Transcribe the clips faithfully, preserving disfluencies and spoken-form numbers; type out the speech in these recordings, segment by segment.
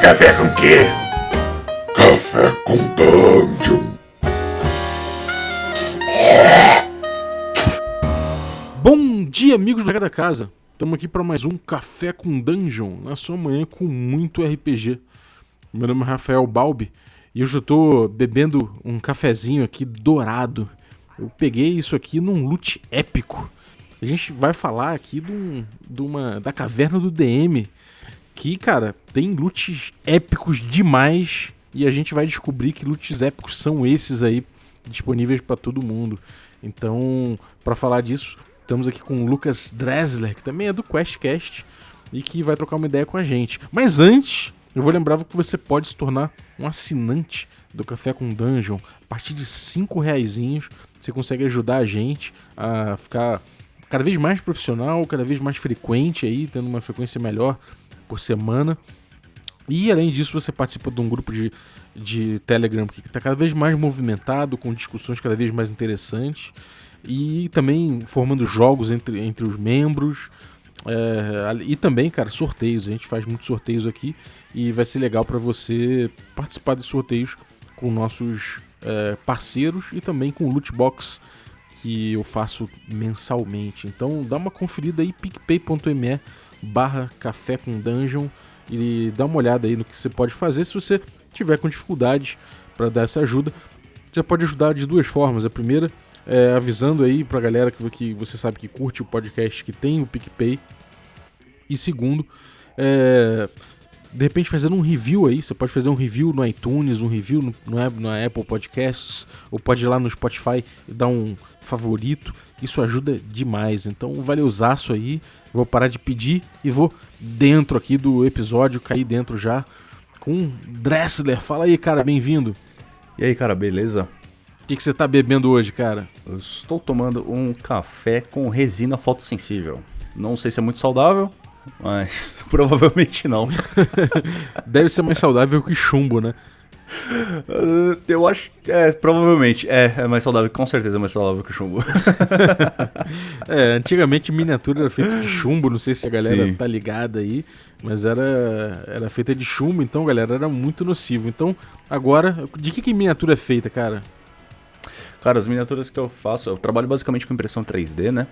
Café com quê? Café com Dungeon. Bom dia, amigos do Regra da Casa. Estamos aqui para mais um Café com Dungeon, na sua manhã com muito R P G. Meu nome é Rafael Balbi e hoje eu estou bebendo um cafezinho aqui dourado. Eu peguei isso aqui num loot épico. A gente vai falar aqui de, um, de uma, da caverna do D M, que, cara, tem loots épicos demais e a gente vai descobrir que loots épicos são esses aí, disponíveis para todo mundo. Então, para falar disso, estamos aqui com o Lucas Dressler, que também é do QuestCast e que vai trocar uma ideia com a gente. Mas antes, eu vou lembrar que você pode se tornar um assinante do Café com Dungeon. A partir de cinco reaisinhos, você consegue ajudar a gente a ficar cada vez mais profissional, cada vez mais frequente aí, tendo uma frequência melhor por semana. E além disso, você participa de um grupo de, de Telegram que está cada vez mais movimentado, com discussões cada vez mais interessantes e também formando jogos entre, entre os membros. É, e também, cara, sorteios. A gente faz muitos sorteios aqui e vai ser legal para você participar de sorteios com nossos é, parceiros e também com o Lootbox que eu faço mensalmente. Então dá uma conferida aí, picpay.me barra café com dungeon, e dá uma olhada aí no que você pode fazer. Se você tiver com dificuldade para dar essa ajuda, você pode ajudar de duas formas. A primeira é avisando aí pra galera que, que você sabe que curte o podcast, que tem o PicPay. E segundo, é, de repente fazendo um review aí. Você pode fazer um review no iTunes, um review no, no, no Apple Podcasts, ou pode ir lá no Spotify e dar um favorito. Isso ajuda demais. Então, valeuzaço aí. Vou parar de pedir e vou dentro aqui do episódio, cair dentro já com Dressler. Fala aí, cara, bem-vindo. E aí, cara, beleza? O que, que você tá bebendo hoje, cara? Eu estou tomando um café com resina fotossensível. Não sei se é muito saudável, mas provavelmente não. Deve ser mais saudável que chumbo, né? Uh, eu acho que é, provavelmente. É, é mais saudável, com certeza é mais saudável que o chumbo. É, antigamente miniatura era feita de chumbo, não sei se a galera Sim. tá ligada aí, mas era, era feita de chumbo, então, galera, era muito nocivo. Então, agora, de que, que miniatura é feita, cara? Cara, as miniaturas que eu faço, eu trabalho basicamente com impressão três D, né?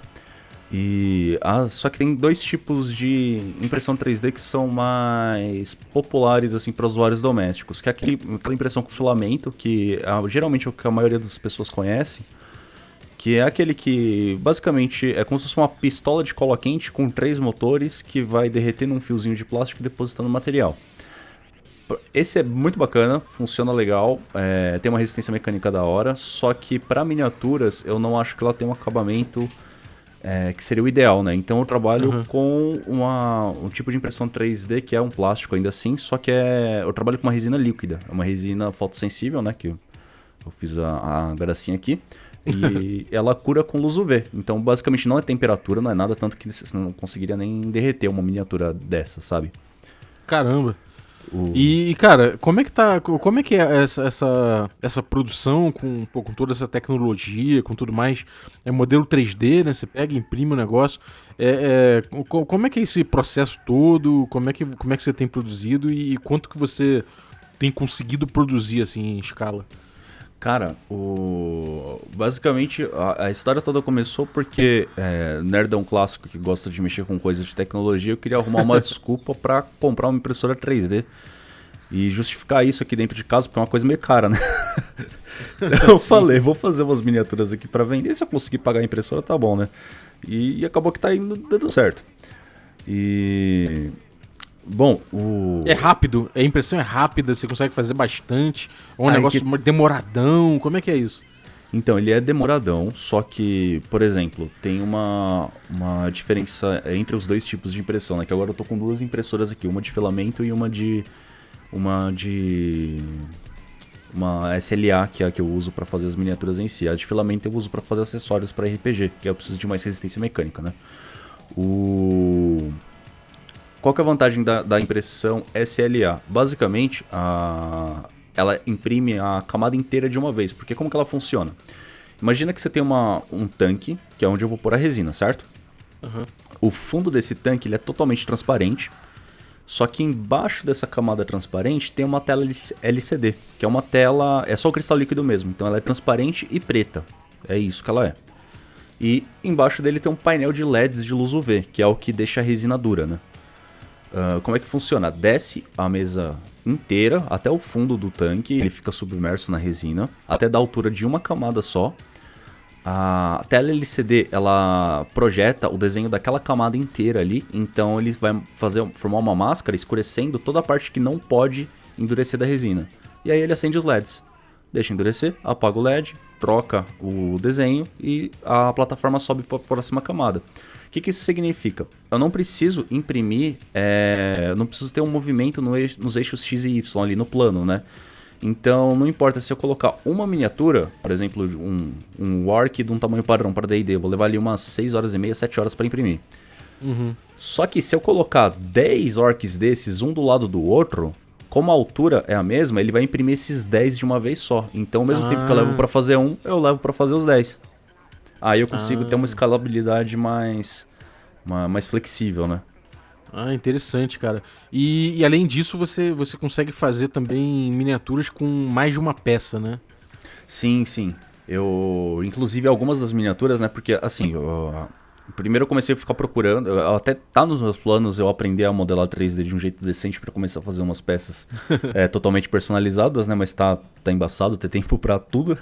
E ah, só que tem dois tipos de impressão três D que são mais populares assim para usuários domésticos, que é aquele, aquela impressão com filamento, que ah, geralmente é o que a maioria das pessoas conhece, que é aquele que basicamente é como se fosse uma pistola de cola quente com três motores que vai derreter num fiozinho de plástico e depositando material. Esse é muito bacana, funciona legal, é, tem uma resistência mecânica da hora, só que para miniaturas eu não acho que ela tem um acabamento É, que seria o ideal, né? Então eu trabalho uhum. com uma, um tipo de impressão três D que é um plástico ainda assim, só que é, eu trabalho com uma resina líquida, é uma resina fotossensível, né? Que eu, eu fiz a, a gracinha aqui. E ela cura com luz U V. Então basicamente não é temperatura, não é nada, tanto que você não conseguiria nem derreter uma miniatura dessa, sabe? Caramba! O... E, cara, como é que tá, como é que é essa, essa, essa produção com, pô, com toda essa tecnologia, com tudo mais? É modelo três D, né? Você pega e imprime o negócio. É, é, como é que é esse processo todo? Como é que, como é que você tem produzido e quanto que você tem conseguido produzir, assim, em escala? Cara, o... basicamente a, a história toda começou porque é, nerdão clássico que gosta de mexer com coisas de tecnologia, eu queria arrumar uma desculpa pra comprar uma impressora três D e justificar isso aqui dentro de casa, porque é uma coisa meio cara, né? Eu falei, vou fazer umas miniaturas aqui pra vender, se eu conseguir pagar a impressora tá bom, né? E, e acabou que tá indo dando certo. E... Bom, o... É rápido, a impressão é rápida, você consegue fazer bastante, ou é um ah, negócio que... demoradão, como é que é isso? Então, ele é demoradão, só que, por exemplo, tem uma, uma diferença entre os dois tipos de impressão, né? Que agora eu tô com duas impressoras aqui, uma de filamento e uma de... Uma de... Uma S L A, que é a que eu uso para fazer as miniaturas em si. A de filamento eu uso para fazer acessórios para R P G, que eu preciso de mais resistência mecânica, né? O... Qual que é a vantagem da, da impressão S L A? Basicamente, a... ela imprime a camada inteira de uma vez. Porque como que ela funciona? Imagina que você tem uma, um tanque, que é onde eu vou pôr a resina, certo? Uhum. O fundo desse tanque ele é totalmente transparente. Só que embaixo dessa camada transparente tem uma tela L C D, que é uma tela, é só o cristal líquido mesmo, então ela é transparente e preta, é isso que ela é. E embaixo dele tem um painel de L E Ds de luz U V, que é o que deixa a resina dura, né? Uh, como é que funciona? Desce a mesa inteira até o fundo do tanque, ele fica submerso na resina, até da altura de uma camada só. A tela L C D, ela projeta o desenho daquela camada inteira ali, então ele vai fazer, formar uma máscara escurecendo toda a parte que não pode endurecer da resina. E aí ele acende os L E Ds, deixa endurecer, apaga o L E D, troca o desenho e a plataforma sobe para a próxima camada. O que, que isso significa? Eu não preciso imprimir, é, eu não preciso ter um movimento no eixo, nos eixos X e Y ali no plano, né? Então não importa se eu colocar uma miniatura, por exemplo, um, um Wark de um tamanho padrão para D e D, vou levar ali umas seis horas e meia, sete horas para imprimir. Uhum. Só que se eu colocar dez orcs desses, um do lado do outro, como a altura é a mesma, ele vai imprimir esses dez de uma vez só. Então ao mesmo ah. tempo que eu levo para fazer um, eu levo para fazer os dez. Aí eu consigo ah. ter uma escalabilidade mais, mais flexível, né? Ah, interessante, cara. E, e além disso, você, você consegue fazer também miniaturas com mais de uma peça, né? Sim, sim. Eu, inclusive algumas das miniaturas, né? Porque assim, eu, primeiro eu comecei a ficar procurando, eu, até tá nos meus planos eu aprender a modelar três D de um jeito decente para começar a fazer umas peças é, totalmente personalizadas, né? Mas tá, tá embaçado ter tempo para tudo.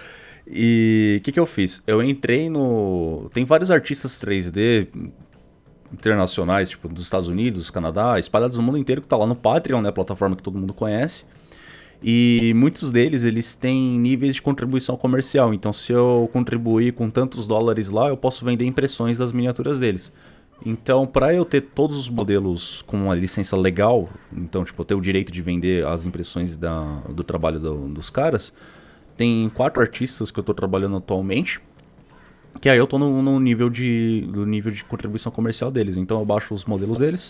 E o que, que eu fiz? Eu entrei no... Tem vários artistas três D internacionais, tipo dos Estados Unidos, Canadá, espalhados no mundo inteiro, que tá lá no Patreon, né, a plataforma que todo mundo conhece. E muitos deles, eles têm níveis de contribuição comercial. Então, se eu contribuir com tantos dólares lá, eu posso vender impressões das miniaturas deles. Então, para eu ter todos os modelos com uma licença legal, então, tipo, eu ter o direito de vender as impressões da, do trabalho do, dos caras, tem quatro artistas que eu tô trabalhando atualmente, que aí eu tô no, no nível de, no nível de contribuição comercial deles. Então eu baixo os modelos deles,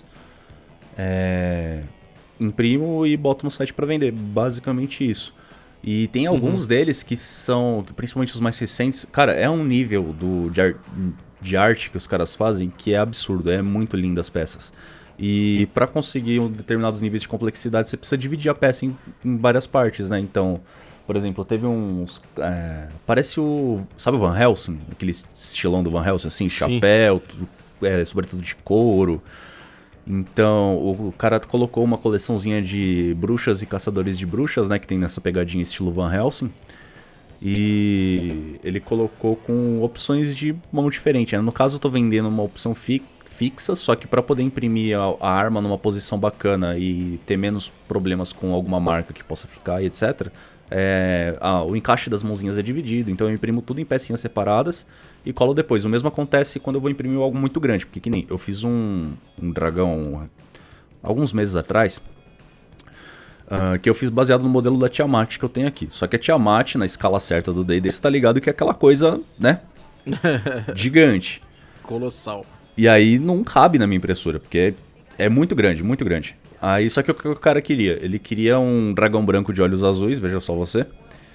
é, imprimo e boto no site para vender. Basicamente isso. E tem alguns uhum. deles que são, principalmente os mais recentes, cara, é um nível do, de, ar, de arte que os caras fazem que é absurdo, é muito lindo as peças. E para conseguir um determinados níveis de complexidade, você precisa dividir a peça em, em várias partes, né? Então... Por exemplo, teve uns... É, parece o... Sabe o Van Helsing? Aquele estilão do Van Helsing, assim, Sim. chapéu, tudo, é, sobretudo de couro. Então, o, o cara colocou uma coleçãozinha de bruxas e caçadores de bruxas, né? Que tem nessa pegadinha estilo Van Helsing. E ele colocou com opções de mão diferente, né? No caso, eu tô vendendo uma opção fi, fixa, só que para poder imprimir a, a arma numa posição bacana e ter menos problemas com alguma marca que possa ficar e etcétera... É, ah, o encaixe das mãozinhas é dividido, então eu imprimo tudo em pecinhas separadas e colo depois. O mesmo acontece quando eu vou imprimir algo muito grande, porque que nem eu fiz um, um dragão alguns meses atrás, uh, que eu fiz baseado no modelo da Tiamat que eu tenho aqui. Só que a Tiamat, na escala certa do D e D, você tá ligado que é aquela coisa, né, gigante. Colossal. E aí não cabe na minha impressora, porque é, é muito grande, muito grande. Aí, só que o que o cara queria? Ele queria um dragão branco de olhos azuis, veja só você,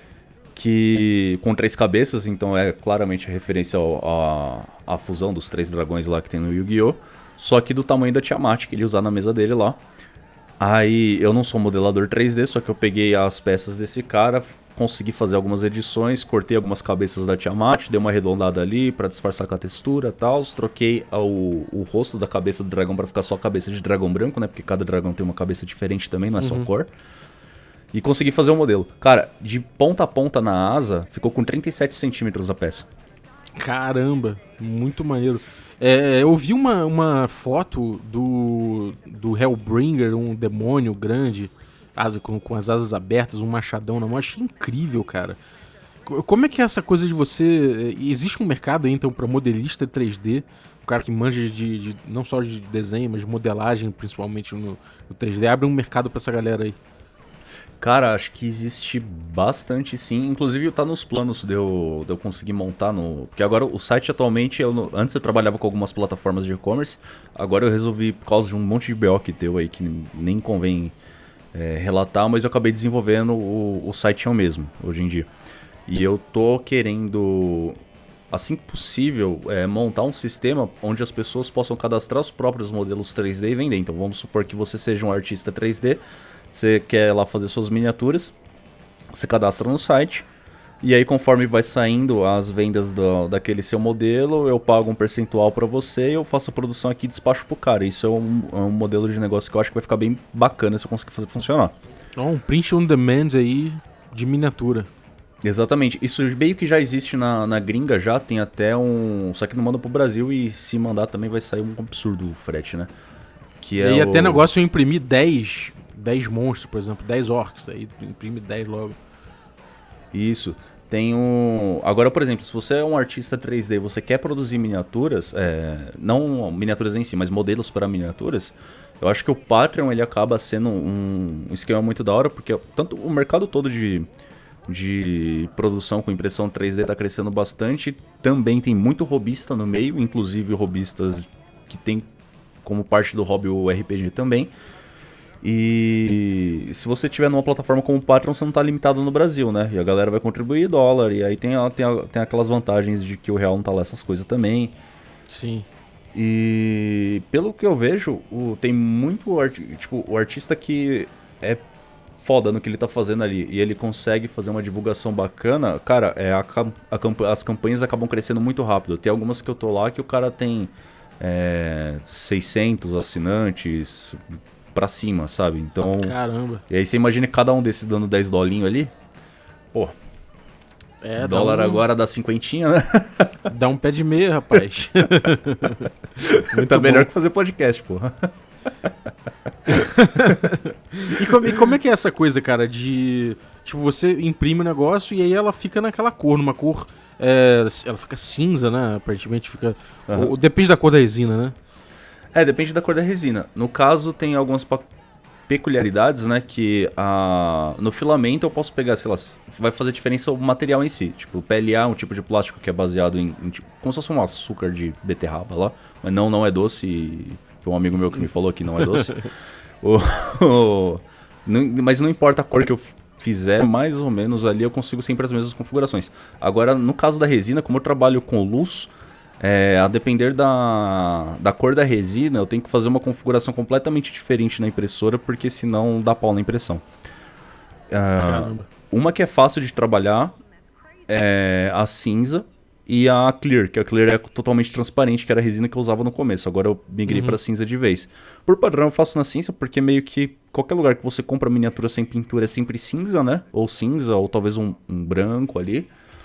que com três cabeças, então é claramente a referência à fusão dos três dragões lá que tem no Yu-Gi-Oh! Só que do tamanho da Tiamat que ele ia usar na mesa dele lá. Aí, eu não sou modelador três D, só que eu peguei as peças desse cara, consegui fazer algumas edições, cortei algumas cabeças da Tiamat, dei uma arredondada ali pra disfarçar com a textura e tal, troquei o, o rosto da cabeça do dragão pra ficar só a cabeça de dragão branco, né, porque cada dragão tem uma cabeça diferente também, não é uhum. só cor. E consegui fazer o modelo. Cara, de ponta a ponta na asa, ficou com trinta e sete centímetros a peça. Caramba, muito maneiro. É, eu vi uma, uma foto do, do Hellbringer, um demônio grande, asa, com, com as asas abertas, um machadão na mão. Achei incrível, cara. Como é que é essa coisa de você... Existe um mercado aí, então, para modelista três D, um cara que manja de, de não só de desenho, mas de modelagem, principalmente no, no três D. Abre um mercado para essa galera aí. Cara, acho que existe bastante sim. Inclusive tá nos planos de eu, de eu conseguir montar no... Porque agora o site atualmente, eu, antes eu trabalhava com algumas plataformas de e-commerce, agora eu resolvi, por causa de um monte de B O que deu aí, que nem convém é, relatar, mas eu acabei desenvolvendo o, o site eu mesmo, hoje em dia. E eu tô querendo assim que possível, é, montar um sistema onde as pessoas possam cadastrar os próprios modelos três D e vender. Então vamos supor que você seja um artista três D, você quer lá fazer suas miniaturas, você cadastra no site, e aí conforme vai saindo as vendas do, daquele seu modelo, eu pago um percentual para você e eu faço a produção aqui e despacho pro cara. Isso é um, é um modelo de negócio que eu acho que vai ficar bem bacana se eu conseguir fazer funcionar. Ó, um print on demand aí de miniatura. Exatamente, isso meio que já existe na, na gringa já, tem até um... Só que não manda pro Brasil e se mandar também vai sair um absurdo o frete, né? Que é e aí o... até negócio eu imprimir dez, dez monstros, por exemplo, dez orcs, aí imprime dez logo. Isso, tem um... Agora, por exemplo, se você é um artista três D e você quer produzir miniaturas, é... não miniaturas em si, mas modelos para miniaturas, eu acho que o Patreon ele acaba sendo um esquema muito da hora, porque tanto o mercado todo de... de produção com impressão três D está crescendo bastante. Também tem muito hobbyista no meio, inclusive hobbyistas que tem como parte do hobby o R P G também. E se você tiver numa plataforma como o Patreon, você não está limitado no Brasil, né? E a galera vai contribuir dólar, e aí tem, tem, tem aquelas vantagens de que o real não tá lá essas coisas também. Sim. E pelo que eu vejo, o, tem muito arti- tipo, o artista que é foda no que ele tá fazendo ali e ele consegue fazer uma divulgação bacana, cara, é a, a camp- as campanhas acabam crescendo muito rápido. Tem algumas que eu tô lá que o cara tem é, seiscentos assinantes pra cima, sabe? Então, Caramba. e aí você imagina cada um desses dando dez dolinho ali, pô, É, dólar dá um, agora dá cinquentinha, né? dá um pé de meia, rapaz. Muito Tá melhor bom. que fazer podcast, porra. E como, e como é que é essa coisa, cara, de... Tipo, você imprime o negócio e aí ela fica naquela cor, numa cor... é, ela fica cinza, né? Aparentemente fica... Aham. ou- depende da cor da resina, né? É, depende da cor da resina. No caso, tem algumas pa- peculiaridades, né? Que a... no filamento eu posso pegar, sei lá, vai fazer diferença o material em si. Tipo, o P L A é um tipo de plástico que é baseado em, em tipo, como se fosse um açúcar de beterraba lá. Mas não, não é doce. E foi um amigo meu que me falou que não é doce. o, o- não- mas não importa a cor que eu fizer, mais ou menos ali eu consigo sempre as mesmas configurações. Agora, no caso da resina, como eu trabalho com luz... É, a depender da, da cor da resina, eu tenho que fazer uma configuração completamente diferente na impressora, porque senão dá pau na impressão. Ah, Caramba. uma que é fácil de trabalhar é a cinza e a clear, que a clear é totalmente transparente, que era a resina que eu usava no começo. Agora eu migrei Uhum. para cinza de vez. Por padrão eu faço na cinza, porque meio que qualquer lugar que você compra miniatura sem pintura é sempre cinza, né? Ou cinza, ou talvez um, um branco ali.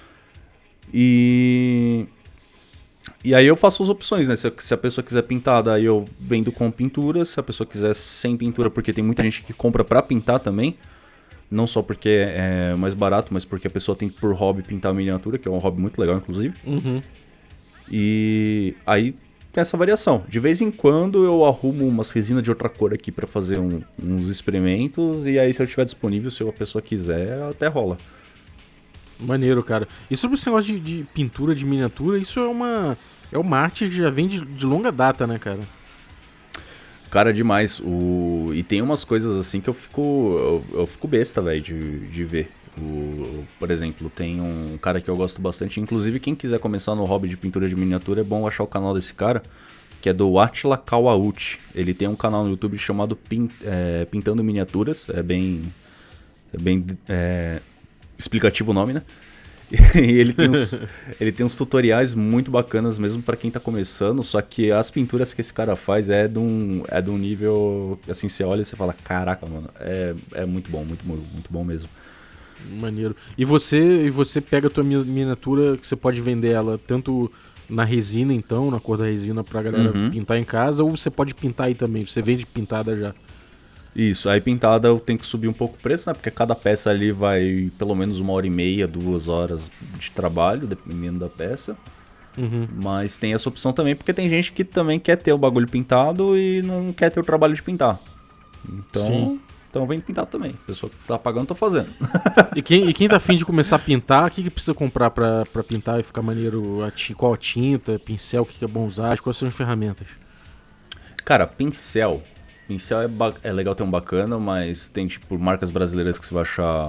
E... E aí eu faço as opções, né? Se a, se a pessoa quiser pintada, aí eu vendo com pintura. Se a pessoa quiser sem pintura, porque tem muita gente que compra pra pintar também. Não só porque é mais barato, mas porque a pessoa tem por hobby pintar miniatura, que é um hobby muito legal, inclusive. Uhum. E aí tem essa variação. De vez em quando eu arrumo umas resinas de outra cor aqui pra fazer um- uns experimentos. E aí se eu tiver disponível, se a pessoa quiser, até rola. Maneiro, cara. E sobre esse negócio de, de pintura de miniatura, isso é uma... É uma arte que já vem de, de longa data, né, cara? Cara, demais. O... E tem umas coisas assim que eu fico. Eu, eu fico besta, velho, de, de ver. O... Por exemplo, tem um cara que eu gosto bastante. Inclusive, quem quiser começar no hobby de pintura de miniatura, é bom achar o canal desse cara, que é do Attila Kawauchi. Ele tem um canal no YouTube chamado Pin... é, Pintando Miniaturas. É bem. É bem. É... explicativo o nome, né? E ele tem, uns, ele tem uns tutoriais muito bacanas mesmo pra quem tá começando, só que as pinturas que esse cara faz é de um, é de um nível, assim, você olha e você fala, caraca, mano, é, é muito bom, muito, bom, muito bom mesmo. Maneiro. E você, e você pega a tua mi- miniatura, que você pode vender ela tanto na resina, então, na cor da resina pra galera Uhum. pintar em casa, ou você pode pintar aí também, você vende pintada já. Isso, aí pintada eu tenho que subir um pouco o preço, né? Porque cada peça ali vai pelo menos uma hora e meia, duas horas de trabalho, dependendo da peça. Uhum. Mas tem essa opção também, porque tem gente que também quer ter o bagulho pintado e não quer ter o trabalho de pintar. Então, Sim. então vem pintar também. A pessoa que tá pagando, tá fazendo. E quem, e quem tá afim de começar a pintar, o que, que precisa comprar pra, pra pintar e ficar maneiro? A ti- qual a tinta, pincel, o que, que é bom usar, quais são as ferramentas? Cara, pincel. Pincel é, ba- é legal ter um bacana, mas tem tipo marcas brasileiras que você vai achar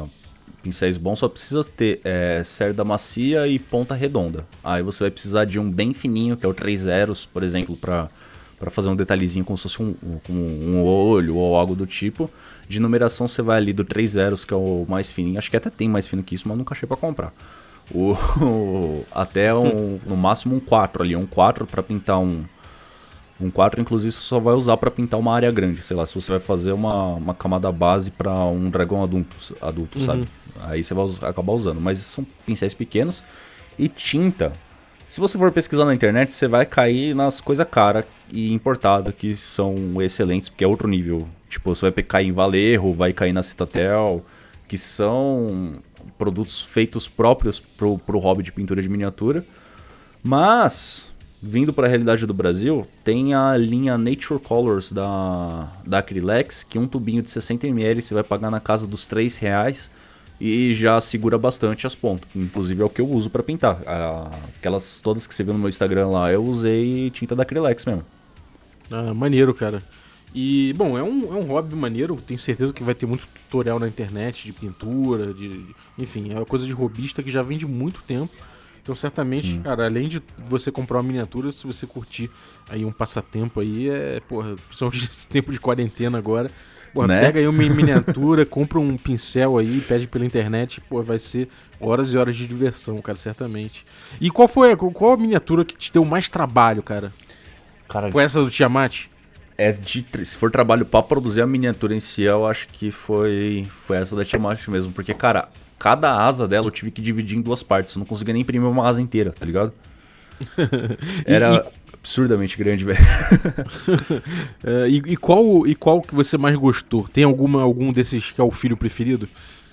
pincéis bons, só precisa ter é, cerda macia e ponta redonda. Aí você vai precisar de um bem fininho, que é o três zeros, por exemplo, para para fazer um detalhezinho como se fosse um, um, um olho ou algo do tipo. De numeração você vai ali do três zeros, que é o mais fininho. Acho que até tem mais fino que isso, mas nunca achei para comprar. O, o, até um, no máximo um quatro ali, um quatro para pintar um um quatro, inclusive você só vai usar para pintar uma área grande, sei lá, se você vai fazer uma, uma camada base para um dragão adulto, adulto uhum. sabe? Aí você vai usar, acabar usando, mas são pincéis pequenos. E tinta, se você for pesquisar na internet, você vai cair nas coisas caras e importadas, que são excelentes, porque é outro nível. Tipo, você vai cair em Vallejo, vai cair na Citatel, que são produtos feitos próprios pro, pro hobby de pintura de miniatura. Mas, vindo para a realidade do Brasil, tem a linha Nature Colors da, da Acrylex, que um tubinho de sessenta mililitros você vai pagar na casa dos três reais e já segura bastante as pontas. Inclusive é o que eu uso para pintar. Aquelas todas que você viu no meu Instagram lá, eu usei tinta da Acrylex mesmo. Ah, maneiro, cara. E, bom, é um, é um hobby maneiro, tenho certeza que vai ter muito tutorial na internet de pintura, de, de enfim, é uma coisa de hobbyista que já vem de muito tempo. Então, certamente, Sim. cara, além de você comprar uma miniatura, se você curtir aí um passatempo aí, é, porra, principalmente nesse tempo de quarentena agora, porra, né? Pega aí uma miniatura, compra um pincel aí, pede pela internet, pô, vai ser horas e horas de diversão, cara, certamente. E qual foi a, qual a miniatura que te deu mais trabalho, cara? Cara, foi essa do Tiamat? É de, se for trabalho pra produzir a miniatura em si, eu acho que foi, foi essa da Tiamat mesmo. Porque, cara, cada asa dela eu tive que dividir em duas partes. Eu não conseguia nem imprimir uma asa inteira, tá ligado? Era e, absurdamente grande, velho. é, e, e, qual, e qual que você mais gostou? Tem alguma, algum desses que é o filho preferido?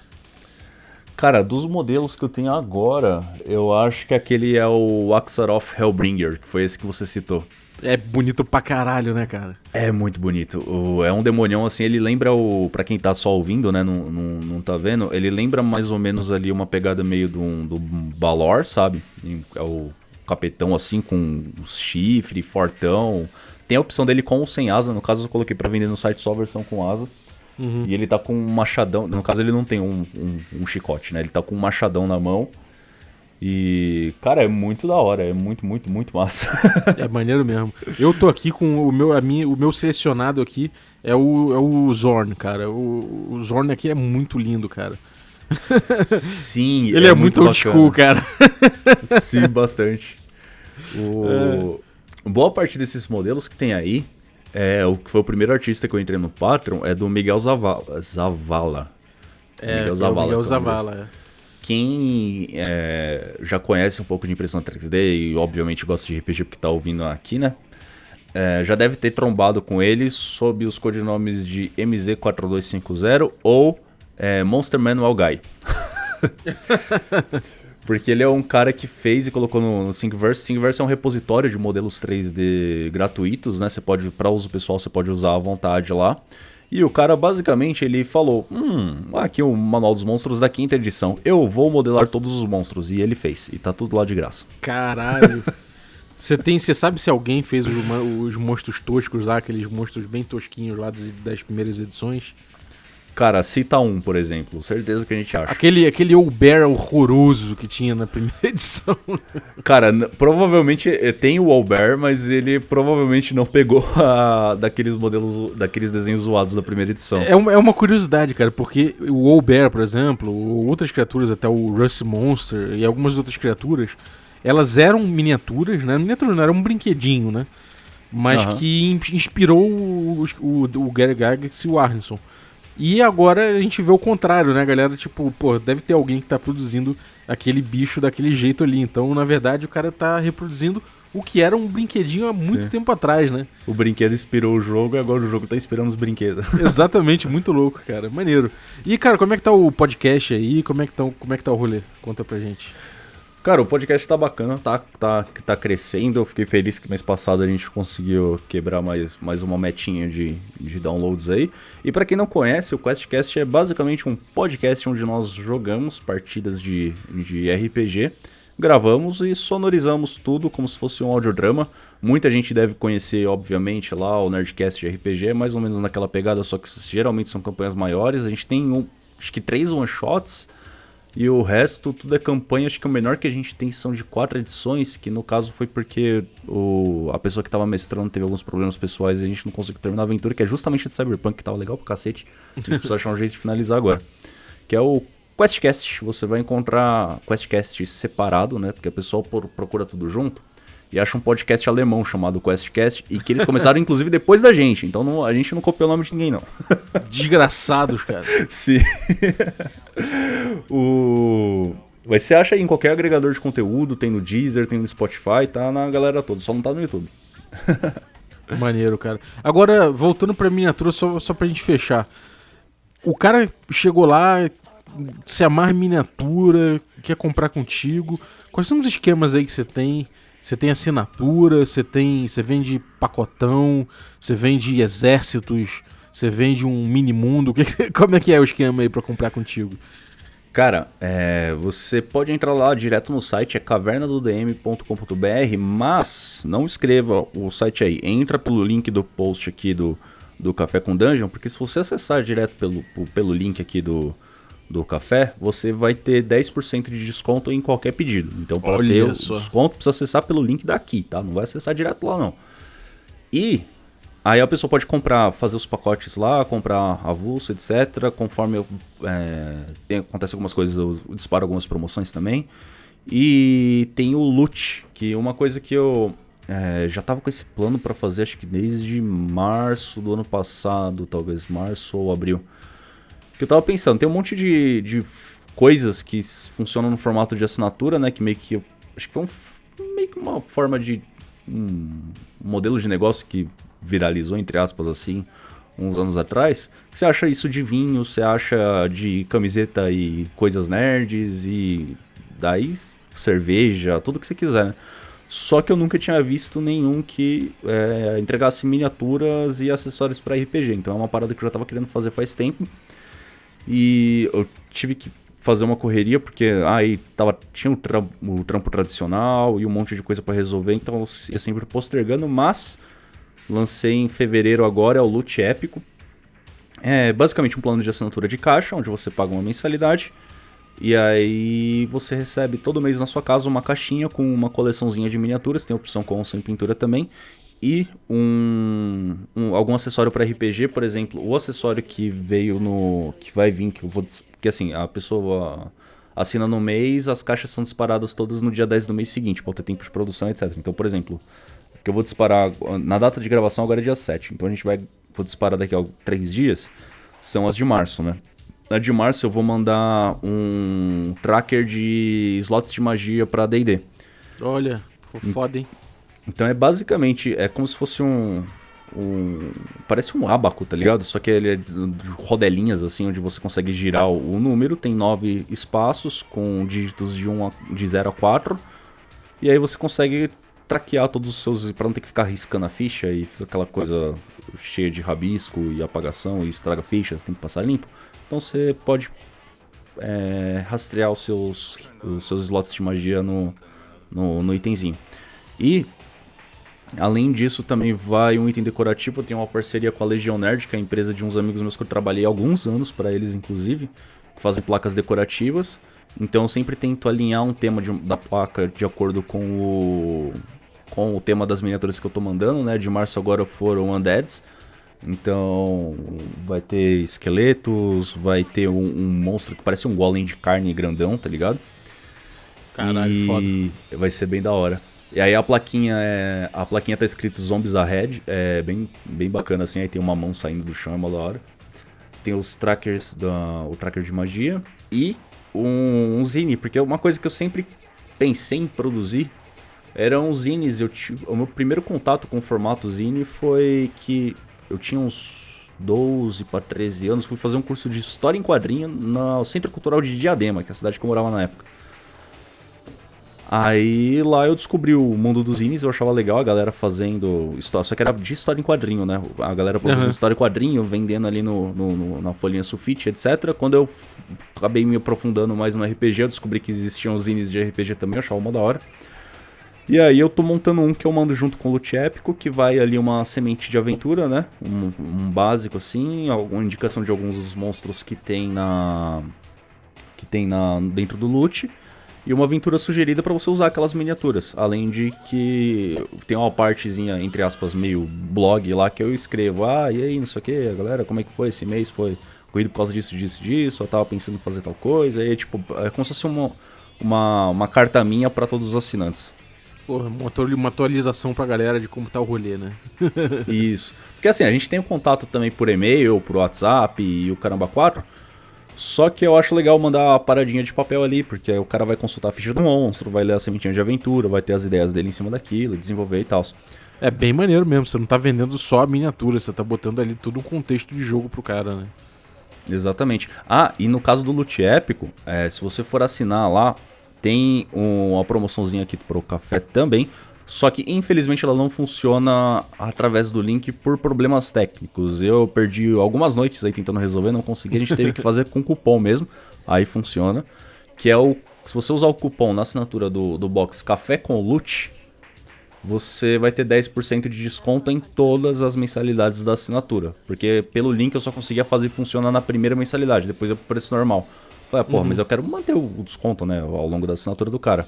Cara, dos modelos que eu tenho agora, eu acho que aquele é o Axaroth Hellbringer, que foi esse que você citou. É bonito pra caralho, né, cara? É muito bonito. O, é um demonião, assim, ele lembra o... Pra quem tá só ouvindo, né, não, não, não tá vendo, ele lembra mais ou menos ali uma pegada meio do, do Balor, sabe? É o capetão, assim, com os chifres, fortão. Tem a opção dele com ou sem asa, no caso eu coloquei pra vender no site só a versão com asa. Uhum. E ele tá com um machadão, no caso ele não tem um, um, um chicote, né? Ele tá com um machadão na mão. E, cara, é muito da hora, é muito, muito, muito massa. É maneiro mesmo. Eu tô aqui com o meu, a minha, o meu selecionado aqui, é o, é o Zorn, cara. O, o Zorn aqui é muito lindo, cara. Sim, ele é, é muito old school, cara. Sim, bastante. O... É. Boa parte desses modelos que tem aí, é, o que foi o primeiro artista que eu entrei no Patreon, é do Miguel Zavala. Zavala. É, Miguel Zavala. É o Miguel Zavala, é. Quem é, já conhece um pouco de impressão três D e obviamente gosta de R P G porque tá ouvindo aqui, né? É, já deve ter trombado com ele sob os codinomes de M Z quatro dois cinco zero ou é, Monster Manual Guy. Porque ele é um cara que fez e colocou no, no Thingiverse. Thingiverse é um repositório de modelos três D gratuitos, né? Você pode, para uso pessoal, você pode usar à vontade lá. E o cara, basicamente, ele falou, hum, aqui o Manual dos Monstros da quinta edição, eu vou modelar todos os monstros. E ele fez, e tá tudo lá de graça. Caralho. Você tem, você sabe se alguém fez os, os monstros toscos lá, aqueles monstros bem tosquinhos lá das, das primeiras edições? Cara, cita um, por exemplo, certeza que a gente acha. Aquele, aquele Owlbear horroroso que tinha na primeira edição. Cara, provavelmente tem o Owlbear, mas ele provavelmente não pegou a, daqueles modelos, daqueles desenhos zoados da primeira edição. É uma, é uma curiosidade, cara, porque o Owlbear, por exemplo, ou outras criaturas, até o Rusty Monster e algumas outras criaturas, elas eram miniaturas, né? Miniaturas não, era um brinquedinho, né? Mas uhum. que inspirou o, o, o Gary Gygax e o Arneson. E agora a gente vê o contrário, né, galera? Tipo, pô, deve ter alguém que tá produzindo aquele bicho daquele jeito ali. Então, na verdade, o cara tá reproduzindo o que era um brinquedinho há muito Sim. tempo atrás, né? O brinquedo inspirou o jogo e agora o jogo tá inspirando os brinquedos. Exatamente, muito louco, cara. Maneiro. E, cara, como é que tá o podcast aí? Como é que tá, como é que tá o rolê? Conta pra gente. Cara, o podcast tá bacana, tá, tá, tá crescendo. Eu fiquei feliz que mês passado a gente conseguiu quebrar mais, mais uma metinha de, de downloads aí. E pra quem não conhece, o QuestCast é basicamente um podcast onde nós jogamos partidas de, de R P G, gravamos e sonorizamos tudo como se fosse um audiodrama. Muita gente deve conhecer, obviamente, lá o Nerdcast de R P G, mais ou menos naquela pegada, só que geralmente são campanhas maiores. A gente tem, um, acho que três one-shots. E o resto, tudo é campanha. Acho que o menor que a gente tem são de quatro edições, que no caso foi porque o, a pessoa que tava mestrando teve alguns problemas pessoais e a gente não conseguiu terminar a aventura, que é justamente de Cyberpunk, que tava legal pro cacete. A gente precisa achar um jeito de finalizar agora. Que é o QuestCast. Você vai encontrar QuestCast separado, né? Porque a pessoa procura tudo junto. E acha um podcast alemão chamado QuestCast. E que eles começaram, inclusive, depois da gente. Então não, a gente não copiou o nome de ninguém, não. Desgraçados, cara. Sim. o... Mas você acha aí em qualquer agregador de conteúdo. Tem no Deezer, tem no Spotify. Tá na galera toda. Só não tá no YouTube. Maneiro, cara. Agora, voltando pra miniatura, só, só pra gente fechar. O cara chegou lá, se amarra em miniatura, quer comprar contigo. Quais são os esquemas aí que você tem? Você tem assinatura, você tem, você vende pacotão, você vende exércitos, você vende um mini mundo. Como é que é o esquema aí pra comprar contigo? Cara, é, você pode entrar lá direto no site, é caverna do d m ponto com ponto b r, mas não escreva o site aí. Entra pelo link do post aqui do, do Café com Dungeon, porque se você acessar direto pelo, pelo link aqui do... do café, você vai ter dez por cento de desconto em qualquer pedido. Então, para ter o só. desconto, precisa acessar pelo link daqui, tá? Não vai acessar direto lá, não. E aí a pessoa pode comprar, fazer os pacotes lá, comprar avulso, etcétera. Conforme eu, é, tem, acontece algumas coisas, eu disparo algumas promoções também. E tem o loot, que é uma coisa que eu é, já tava com esse plano para fazer, acho que desde março do ano passado, talvez março ou abril. Que eu tava pensando, tem um monte de, de coisas que funcionam no formato de assinatura, né? Que meio que, eu, acho que foi um, meio que uma forma de, um, um modelo de negócio que viralizou, entre aspas, assim, uns anos atrás. Você acha isso de vinho, você acha de camiseta e coisas nerds e daí cerveja, tudo que você quiser, né? Só que eu nunca tinha visto nenhum que é, entregasse miniaturas e acessórios para R P G. Então é uma parada que eu já tava querendo fazer faz tempo. E eu tive que fazer uma correria, porque aí tava, tinha o trampo, o trampo tradicional e um monte de coisa pra resolver, então eu ia sempre postergando, mas lancei em fevereiro agora, é o Loot Épico. É basicamente um plano de assinatura de caixa, onde você paga uma mensalidade, e aí você recebe todo mês na sua casa uma caixinha com uma coleçãozinha de miniaturas, tem opção com ou sem pintura também, e um, um, algum acessório para R P G, por exemplo, o acessório que veio no... que vai vir, que eu vou... que assim, a pessoa assina no mês, as caixas são disparadas todas no dia dez do mês seguinte, para ter tempo de produção, etcétera. Então, por exemplo, que eu vou disparar... na data de gravação agora é dia sete, então a gente vai... vou disparar daqui a três dias, são as de março, né? Na de março eu vou mandar um tracker de slots de magia para D e D. Olha, foda, hein? Então é basicamente, é como se fosse um, um... parece um ábaco, tá ligado? Só que ele é de rodelinhas assim, onde você consegue girar o, o número. Tem nove espaços com dígitos de, um a, de zero a quatro. E aí você consegue traquear todos os seus... pra não ter que ficar riscando a ficha e fica aquela coisa cheia de rabisco e apagação e estraga fichas, tem que passar limpo. Então você pode é, rastrear os seus, os seus slots de magia no, no, no itemzinho. E... além disso, também vai um item decorativo. Eu tenho uma parceria com a Legião Nerd, que é a empresa de uns amigos meus que eu trabalhei há alguns anos para eles, inclusive, que fazem placas decorativas. Então eu sempre tento alinhar um tema de, da placa de acordo com o, com o tema das miniaturas que eu tô mandando, né? De março agora foram Undeads. Então vai ter esqueletos, vai ter um, um monstro que parece um golem de carne grandão, tá ligado? Caralho, e foda. Vai ser bem da hora. E aí a plaquinha é, a plaquinha tá escrito Zombies Ahead, é bem, bem bacana assim, aí tem uma mão saindo do chão, é uma da hora. Tem os trackers, da, o tracker de magia e um, um zine, porque uma coisa que eu sempre pensei em produzir eram zines. Eu tive, o meu primeiro contato com o formato zine foi que eu tinha uns doze para treze anos, fui fazer um curso de História em Quadrinho no Centro Cultural de Diadema, que é a cidade que eu morava na época. Aí lá eu descobri o mundo dos zines, eu achava legal a galera fazendo história, só que era de história em quadrinho, né? A galera produzindo uhum. história em quadrinho, vendendo ali no, no, no, na folhinha sulfite, etcétera. Quando eu acabei me aprofundando mais no R P G, eu descobri que existiam zines de R P G também, eu achava uma da hora. E aí eu tô montando um que eu mando junto com o Loot Épico, que vai ali uma semente de aventura, né? Um, um básico assim, alguma indicação de alguns dos monstros que tem na... que tem na, dentro do loot e uma aventura sugerida para você usar aquelas miniaturas. Além de que tem uma partezinha, entre aspas, meio blog lá que eu escrevo. Ah, e aí, não sei o que, galera, como é que foi esse mês? Foi corrido por causa disso, disso, disso. Eu tava pensando em fazer tal coisa. E aí, tipo, é como se fosse uma, uma, uma carta minha para todos os assinantes. Porra, uma atualização pra galera de como tá o rolê, né? Isso. Porque assim, a gente tem o contato também por e-mail, por WhatsApp e o caramba quatro. Só que eu acho legal mandar uma paradinha de papel ali, porque aí o cara vai consultar a ficha do monstro, vai ler a sementinha de aventura, vai ter as ideias dele em cima daquilo, desenvolver e tal. É bem maneiro mesmo, você não tá vendendo só a miniatura, você tá botando ali todo um contexto de jogo pro cara, né? Exatamente. Ah, e no caso do loot épico, é, se você for assinar lá, tem uma promoçãozinha aqui pro café também, só que infelizmente ela não funciona através do link por problemas técnicos. Eu perdi algumas noites aí tentando resolver, não consegui, a gente teve que fazer com cupom mesmo, aí funciona. Que é o, se você usar o cupom na assinatura do, do box Café com Loot, você vai ter dez por cento de desconto em todas as mensalidades da assinatura. Porque pelo link eu só conseguia fazer funcionar na primeira mensalidade, depois é pro preço normal. Falei, ah, porra, uhum. mas eu quero manter o desconto, né, ao longo da assinatura do cara.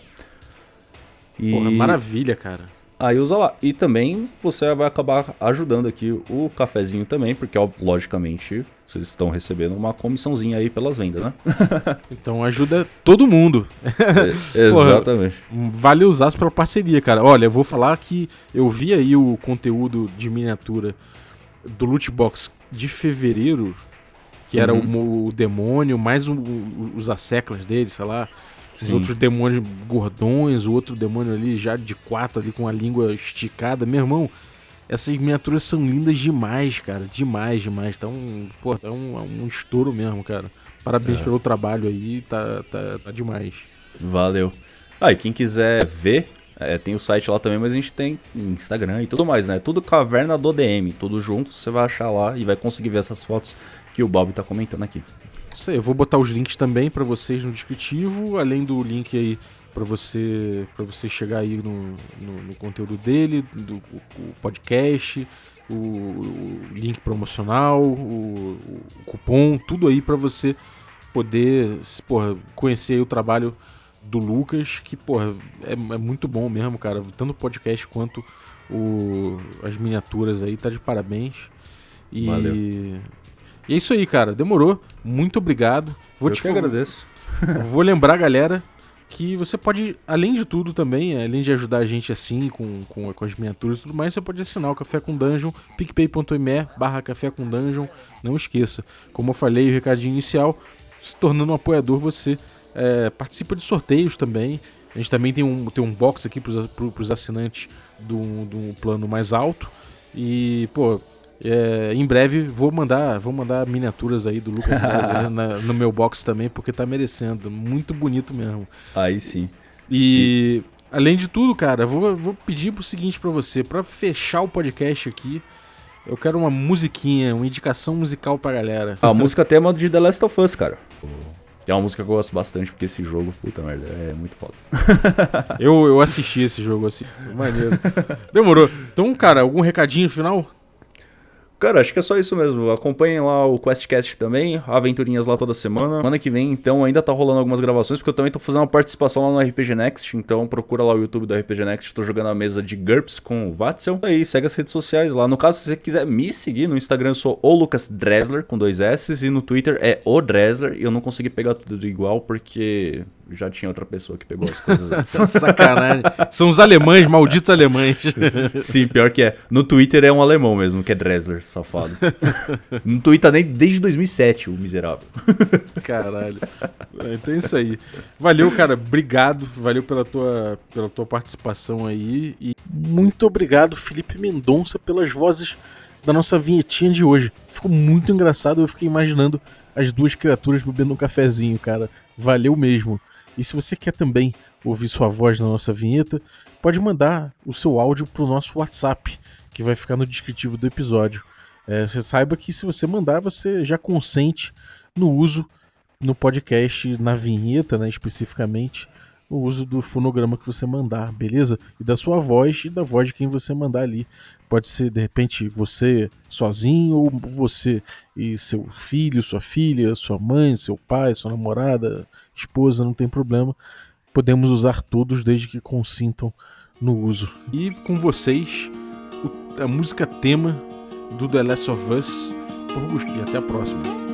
E... Porra, maravilha, cara. Aí usa lá. E também você vai acabar ajudando aqui o cafezinho também, porque ó, logicamente vocês estão recebendo uma comissãozinha aí pelas vendas, né? Então ajuda todo mundo. É, exatamente. Porra, vale usar pela parceria, cara. Olha, eu vou falar que eu vi aí o conteúdo de miniatura do Loot Box de fevereiro, que era uhum. o, o demônio, mais o, o, os asseclas dele, sei lá. Os Sim. outros demônios gordões, o outro demônio ali já de quatro ali com a língua esticada. Meu irmão, essas miniaturas são lindas demais, cara. Demais, demais. Tá um, pô, tá um, um estouro mesmo, cara. Parabéns é. pelo trabalho aí, tá, tá, tá demais. Valeu. Ah, e quem quiser ver, é, tem o site lá também, mas a gente tem Instagram e tudo mais, né? Tudo Caverna do D M, tudo junto, você vai achar lá e vai conseguir ver essas fotos que o Bob tá comentando aqui. Isso aí, eu vou botar os links também para vocês no descritivo, além do link aí para você para você chegar aí no, no, no conteúdo dele, do o, o podcast, o, o link promocional, o, o cupom, tudo aí para você poder, porra, conhecer aí o trabalho do Lucas, que porra, é, é muito bom mesmo, cara, tanto o podcast quanto o, as miniaturas aí, tá de parabéns. E... Valeu. E é isso aí, cara. Demorou. Muito obrigado. Vou Eu te que agradeço. Vou lembrar, galera, que você pode, além de tudo também, além de ajudar a gente assim, com, com, com as miniaturas e tudo mais, você pode assinar o Café com Dungeon, picpay.me barra Café com Dungeon. Não esqueça. Como eu falei, o recadinho inicial, se tornando um apoiador, você é, participa de sorteios também. A gente também tem um, tem um box aqui para os assinantes do, do plano mais alto. E, pô... É, em breve vou mandar, vou mandar miniaturas aí do Lucas Lesler na, no meu box também, porque tá merecendo. Muito bonito mesmo. Aí sim. E, e... além de tudo, cara, vou, vou pedir pro seguinte pra você, pra fechar o podcast aqui, eu quero uma musiquinha, uma indicação musical pra galera. A música tema de The Last of Us, cara. É uma música que eu gosto bastante, porque esse jogo, puta merda, é muito foda. eu, eu assisti esse jogo, assim, maneiro. Demorou. Então, cara, algum recadinho final? Cara, acho que é só isso mesmo. Acompanhem lá o QuestCast também, aventurinhas lá toda semana. Semana que vem, então, ainda tá rolando algumas gravações, porque eu também tô fazendo uma participação lá no R P G Next, então procura lá o YouTube do R P G Next, tô jogando a mesa de GURPS com o Vatzel. Aí, segue as redes sociais lá. No caso, se você quiser me seguir, no Instagram eu sou o Lucas Dressler, com dois S, e no Twitter é o Dressler, e eu não consegui pegar tudo igual, porque já tinha outra pessoa que pegou as coisas antes. Sacanagem. São os alemães, malditos alemães. Sim, pior que é. No Twitter é um alemão mesmo, que é Dressler, safado. No Twitter nem desde dois mil e sete, o miserável. Caralho. Então é isso aí. Valeu, cara. Obrigado. Valeu pela tua, pela tua participação aí. E muito obrigado, Felipe Mendonça, pelas vozes da nossa vinhetinha de hoje. Ficou muito engraçado. Eu fiquei imaginando as duas criaturas bebendo um cafezinho, cara. Valeu mesmo. E se você quer também ouvir sua voz na nossa vinheta, pode mandar o seu áudio pro nosso WhatsApp, que vai ficar no descritivo do episódio. É, você saiba que se você mandar, você já consente no uso no podcast, na vinheta, né, especificamente, o uso do fonograma que você mandar, beleza? E da sua voz e da voz de quem você mandar ali. Pode ser, de repente, você sozinho ou você e seu filho, sua filha, sua mãe, seu pai, sua namorada, esposa, não tem problema. Podemos usar todos desde que consintam no uso. E com vocês, o- a música tema do The Last of Us. E até a próxima.